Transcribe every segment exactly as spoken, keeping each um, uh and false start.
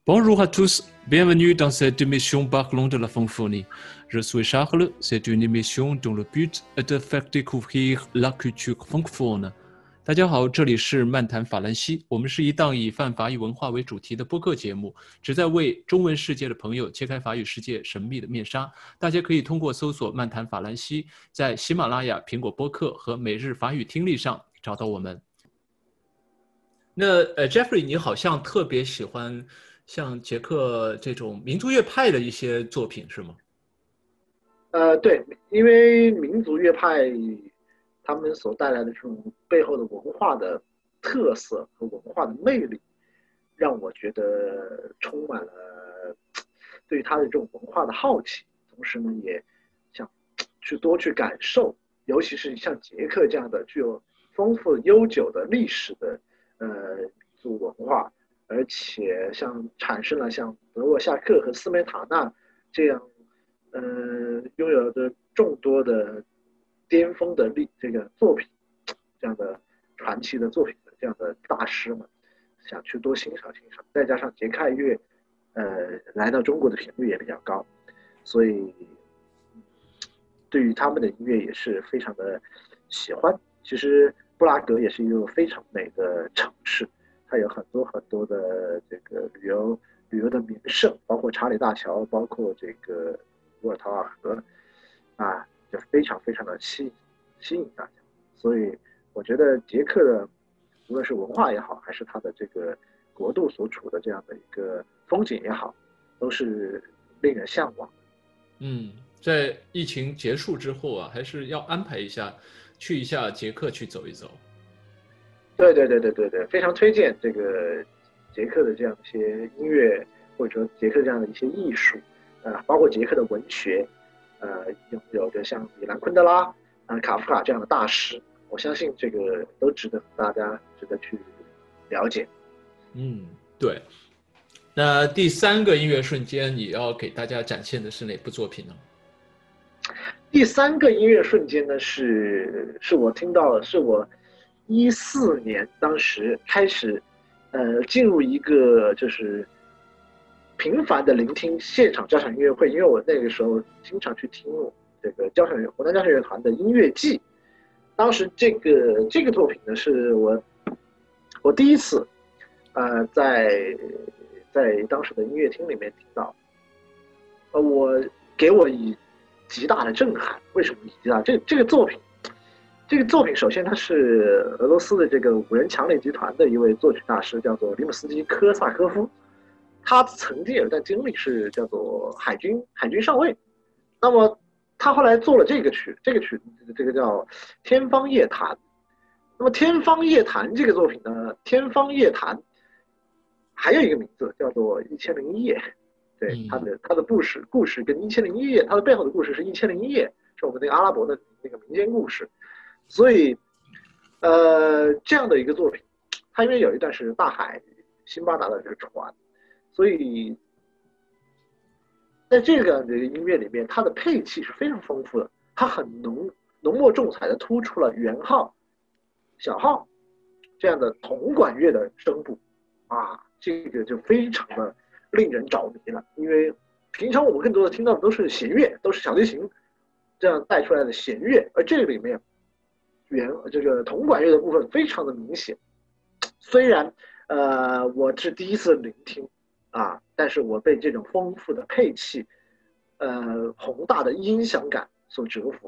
Bonjour à tous, bienvenue dans cette émission Parlons de la Francophonie. Je suis Charles, c'est une émission dont le but est de faire découvrir la culture francophone. 大家好，这里是漫谈法兰西，我们是一档以泛法语文化为主题的播客节目，旨在为中文世界的朋友揭开法语世界神秘的面纱。大家可以通过搜索漫谈法兰西，在喜马拉雅、苹果播客和每日法语听力上找到我们。那呃 ，Jeffrey， 你好像特别喜欢像捷克这种民族乐派的一些作品，是吗？ 呃，对，因为民族乐派他们所带来的这种背后的文化的特色和文化的魅力，让我觉得充满了对他的这种文化的好奇，同时呢，也想去多去感受，尤其是像捷克这样的具有丰富悠久的历史的呃民族文化，而且像产生了像德沃夏克和斯梅塔纳这样呃拥有着众多的巅峰的历这个作品，这样的传奇的作品的这样的大师们，想去多欣赏欣赏。再加上捷克乐，呃，来到中国的频率也比较高，所以对于他们的音乐也是非常的喜欢。其实布拉格也是一个非常美的城市，它有很多很多的这个旅游旅游的名胜，包括查理大桥，包括这个沃尔陶尔河，啊，就非常非常的吸引吸引大家。所以我觉得捷克的无论是文化也好，还是它的这个国度所处的这样的一个风景也好，都是令人向往。 嗯，在疫情结束之后啊，还是要安排一下，去一下捷克去走一走。 对对对对对对，非常推荐这个捷克的这样一些音乐，或者说捷克这样的一些艺术，呃，包括捷克的文学，呃，有有着像米兰昆德拉、呃卡夫卡这样的大师，我相信这个都值得大家值得去了解。 嗯，对。那第三个音乐瞬间，你要给大家展现的是哪部作品呢？ 第三个音乐瞬间呢，是是我听到了，是我一四年当时开始，呃，进入一个就是频繁的聆听现场交响音乐会，因为我那个时候经常去听这个交响乐湖南交响乐团的音乐季。当时这个这个作品呢，是我我第一次，呃，在在当时的音乐厅里面听到，呃，我给我以极大的震撼。为什么极大？这这个作品，这个作品首先它是俄罗斯的这个五人强力集团的一位作曲大师，叫做里姆斯基科萨科夫。他曾经有一段经历是叫做海军海军上尉。那么他后来做了这个曲，这个曲这个叫《天方夜谭》。那么《天方夜谭》这个作品呢，《天方夜谭》还有一个名字叫做《一千零一夜》。对，它的它的故事故事跟《一千零一夜》它的背后的故事是《一千零一夜》，是我们那个阿拉伯的那个民间故事。所以，呃，这样的一个作品，它因为有一段是大海辛巴达的这个船，所以在这个的音乐里面，它的配器是非常丰富的，它很浓浓墨重彩的突出了圆号、小号这样的铜管乐的声部，啊，这个就非常的令人着迷了。因为平常我们更多的听到的都是弦乐，都是小提琴这样带出来的弦乐，而这个里面圆这个铜管乐的部分非常的明显。虽然呃我是第一次聆听啊，但是我被这种丰富的配器、呃宏大的音响感所折服。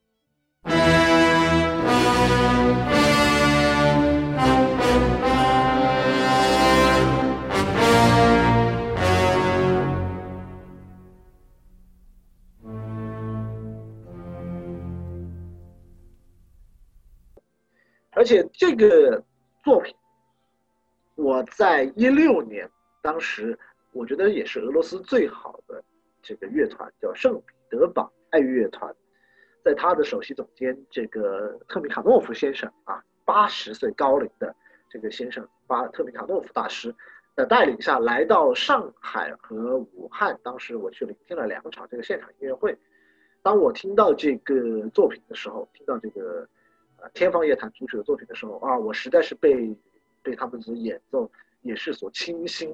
而且这个作品，我在一六年，当时我觉得也是俄罗斯最好的这个乐团，叫圣彼得堡爱乐乐团，在他的首席总监这个特米卡诺夫先生啊，八十岁高龄的这个先生，巴特米卡诺夫大师的带领下，来到上海和武汉。当时我去聆听了两场这个现场音乐会。当我听到这个作品的时候，听到这个呃天方夜谭组曲的作品的时候啊，我实在是被被他们所演奏也是所倾心，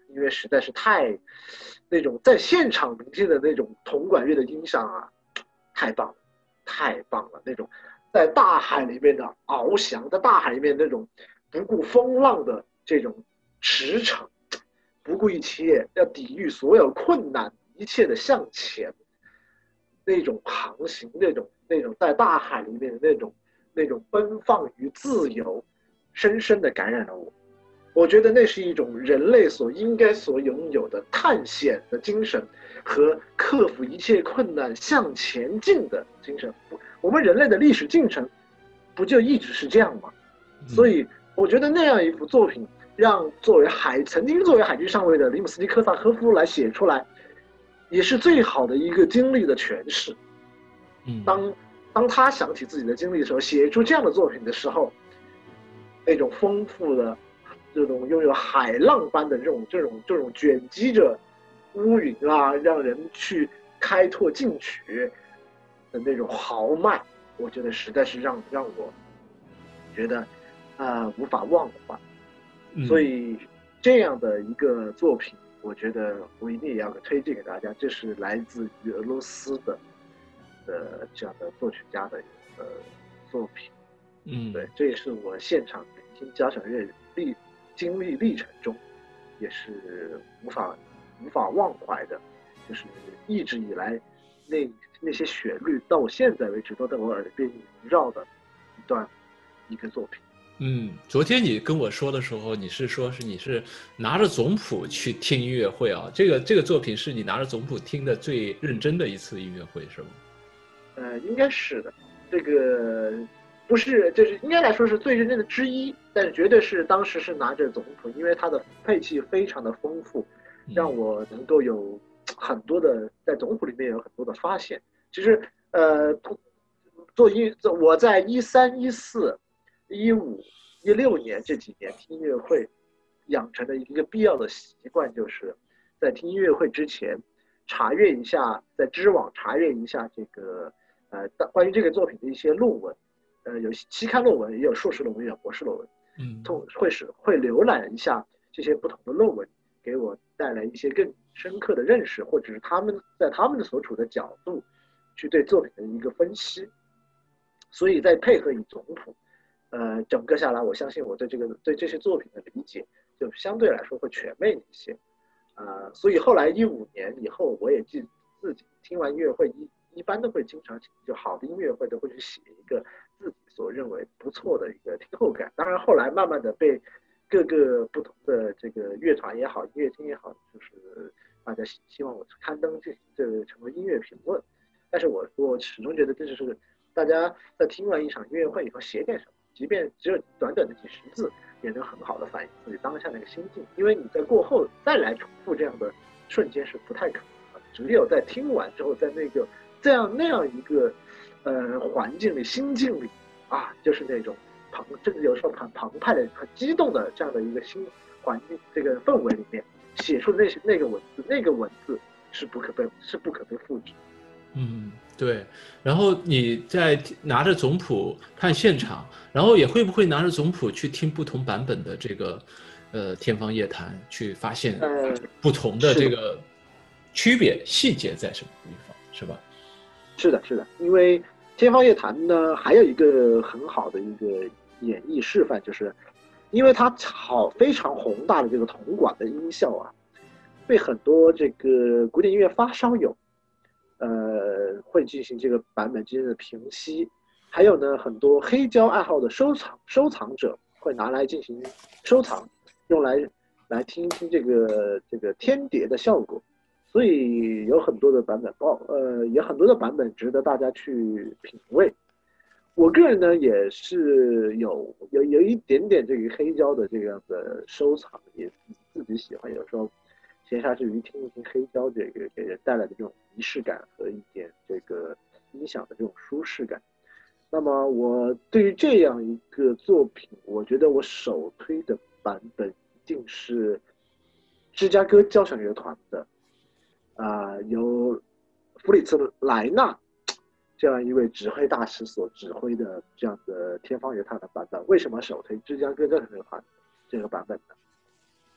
音乐实在是太那种在现场聆听的那种铜管乐的音响啊，太棒了，太棒了！那种在大海里面的翱翔，在大海里面那种不顾风浪的这种驰骋，不顾一切要抵御所有困难，一切的向前，那种航行，那种那种在大海里面的那种那种奔放与自由，深深的感染了我。我觉得那是一种人类所应该所拥有的探险的精神和克服一切困难向前进的精神。我们人类的历史进程不就一直是这样吗？所以我觉得那样一幅作品让作为海曾经作为海军上尉的里姆斯基科萨科夫来写出来，也是最好的一个经历的诠释。当当他想起自己的经历的时候，写出这样的作品的时候，那种丰富的这种拥有海浪般的这种这种这种卷积着乌云啊，让人去开拓进取的那种豪迈，我觉得实在是让让我觉得啊、呃、无法忘怀。所以这样的一个作品，我觉得我一定也要推荐给大家。这是来自于俄罗斯的的这样的作曲家的呃作品。嗯，对，这也是我现场聆听交响乐历经历历程中，也是无法无法忘怀的，就是一直以来那那些旋律到我现在为止都在我耳边萦绕的一段一个作品。 嗯，昨天你跟我说的时候，你是说是你是拿着总谱去听音乐会啊？这个这个作品是你拿着总谱听的最认真的一次音乐会是吗？ 呃，应该是的，这个不是，就是应该来说是最认真的之一，但是绝对是当时是拿着总谱，因为它的配器非常的丰富，让我能够有很多的在总谱里面有很多的发现。其实，呃，做音我在一三一四。一五一六年这几年听音乐会养成的一个必要的习惯，就是在听音乐会之前查阅一下，在知网查阅一下这个呃关于这个作品的一些论文，呃有期刊论文，也有硕士论文，也有博士论文，嗯，会是会浏览一下这些不同的论文，给我带来一些更深刻的认识，或者是他们在他们的所处的角度去对作品的一个分析。所以再配合以总谱。呃，整个下来，我相信我对这个对这些作品的理解就相对来说会全面一些，呃，所以后来一五年以后，我也自自己听完音乐会一一般都会经常就好的音乐会都会去写一个自己所认为不错的一个听后感。当然后来慢慢的被各个不同的这个乐团也好，音乐厅也好，就是大家希望我刊登这这成为音乐评论，但是我我始终觉得这就是大家在听完一场音乐会以后写点什么。即便只有短短的几十字，也能很好的反映自己当下那个心境。因为你在过后再来重复这样的瞬间是不太可能的，只有在听完之后，在那个这样那样一个呃环境里、心境里啊，就是那种澎，甚至有时候很澎湃的、很激动的这样的一个新环境、这个氛围里面，写出那些那个文字，那个文字是不可被是不可被复制。 嗯，对。然后你在拿着总谱看现场，然后也会不会拿着总谱去听不同版本的这个，呃，天方夜谭，去发现不同的这个区别细节在什么地方，是吧？ 是的，是的。因为天方夜谭呢，还有一个很好的一个演绎示范，就是因为它好非常宏大的这个铜管的音效啊，被很多这个古典音乐发烧友。呃，会进行这个版本之间的平息，还有呢，很多黑胶爱好的收藏收藏者会拿来进行收藏，用来来听一听这个这个天碟的效果，所以有很多的版本，包呃也很多的版本值得大家去品味。我个人呢也是有有有一点点这个黑胶的这样的收藏，也自己喜欢，有时候闲暇之余听一听黑胶，这个给人带来的这种仪式感和一点这个音响的这种舒适感。那么我对于这样一个作品，我觉得我首推的版本一定是芝加哥交响乐团的，啊、呃，由弗里茨莱纳这样一位指挥大师所指挥的这样的天方夜谭的版本。为什么首推芝加哥交响乐团这个版本呢？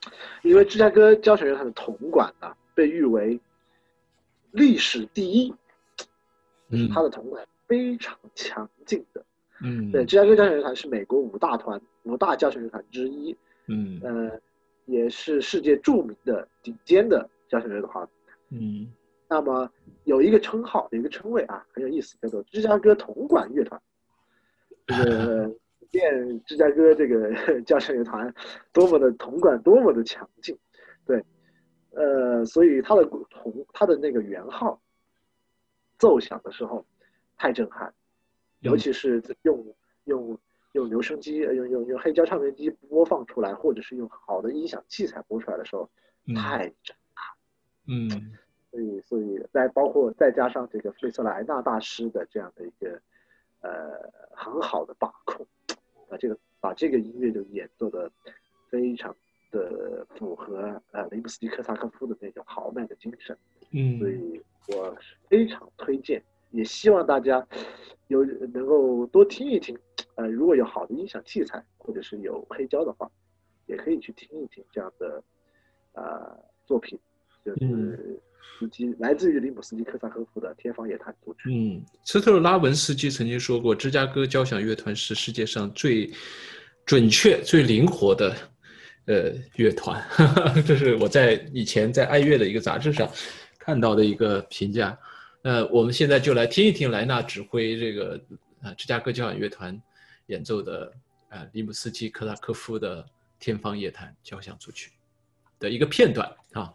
因为芝加哥交响乐团的铜管呢，被誉为历史第一，就是它的铜管非常强劲的。嗯，对，芝加哥交响乐团是美国五大团五大交响乐团之一，嗯，呃，也是世界著名的顶尖的交响乐团。嗯，那么有一个称号，有一个称谓啊，很有意思，叫做芝加哥铜管乐团。这个见芝加哥这个交响乐团多么的铜管多么的强劲，对，呃，所以它的铜它的那个圆号奏响的时候太震撼，尤其是用用用留声机用用用黑胶唱片机播放出来，或者是用好的音响器材播出来的时候，太震撼。嗯，所以所以再包括再加上这个费瑟莱纳大师的这样的一个呃很好的把控，把这个把这个音乐就演奏的非常的符合呃林姆斯基科萨科夫的那种豪迈的精神。嗯，所以我非常推荐，也希望大家有能够多听一听。呃，如果有好的音响器材或者是有黑胶的话，也可以去听一听这样的呃作品，就是斯基来自于林姆斯基科萨科夫的《天方夜谭》组曲。 嗯，斯特拉文斯基曾经说过，芝加哥交响乐团是世界上最准确、最灵活的呃乐团。这是我在以前在爱乐的一个杂志上看到的一个评价。呃，我们现在就来听一听莱纳指挥这个呃芝加哥交响乐团演奏的呃林姆斯基科萨科夫的《天方夜谭》交响组曲的一个片段啊。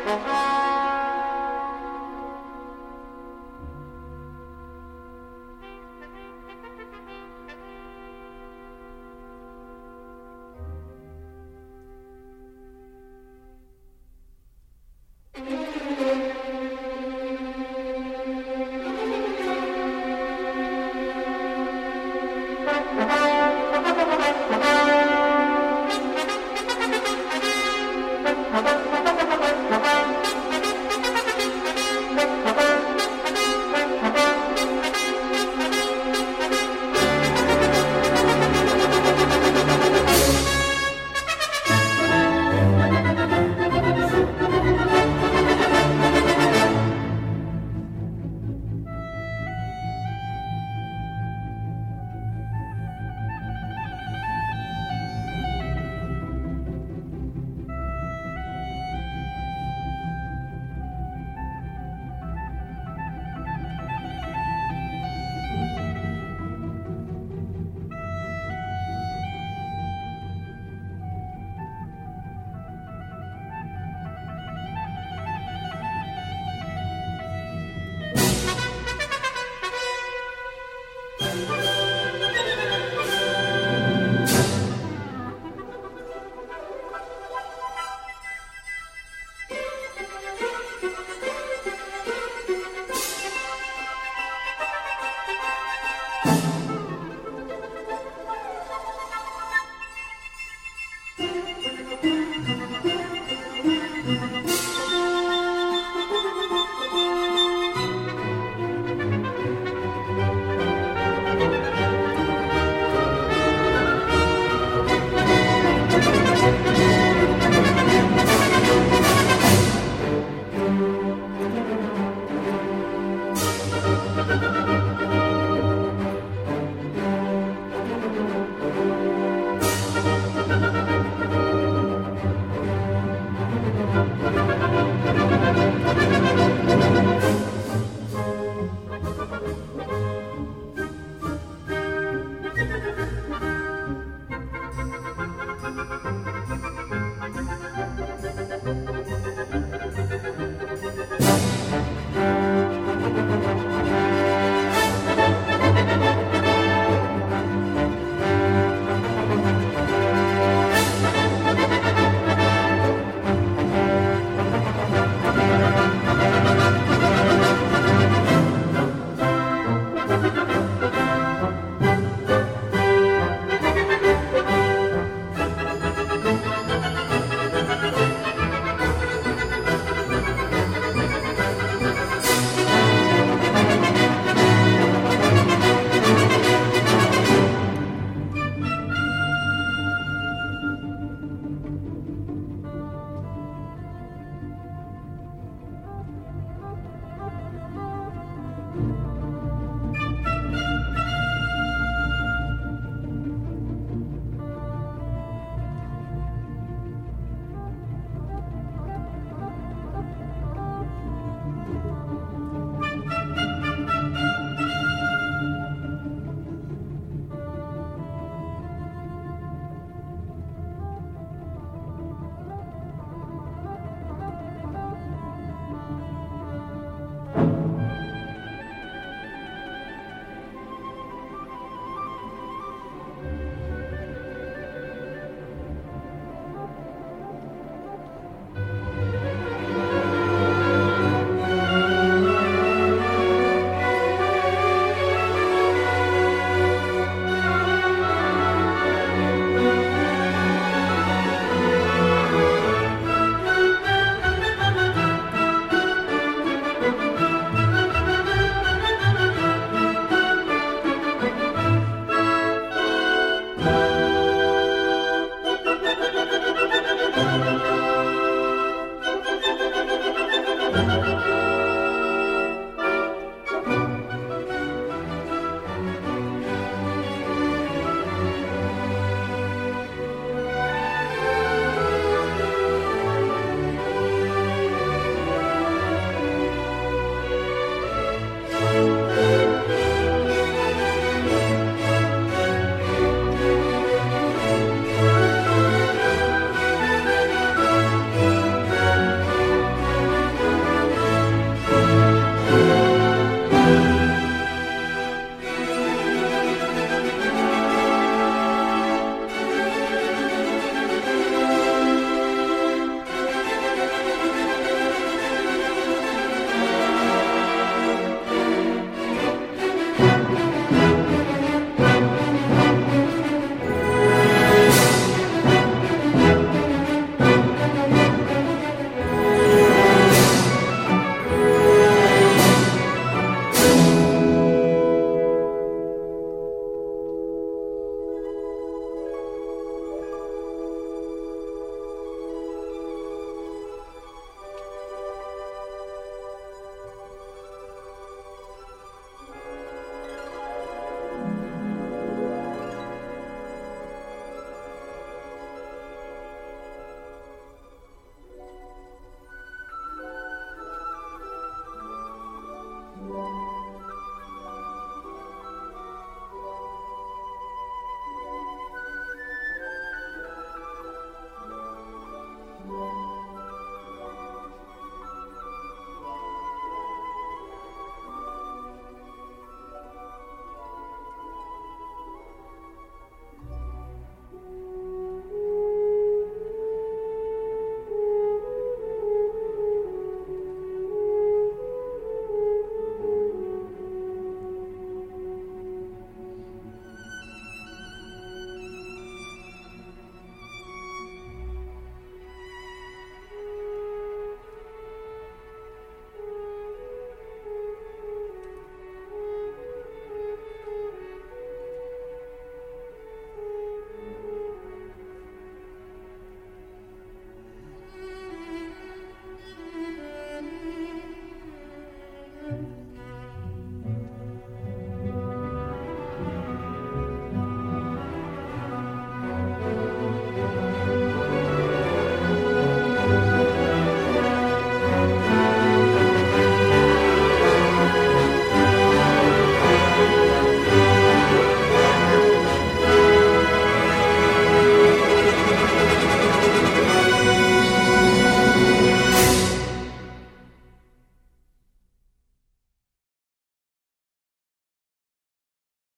拜。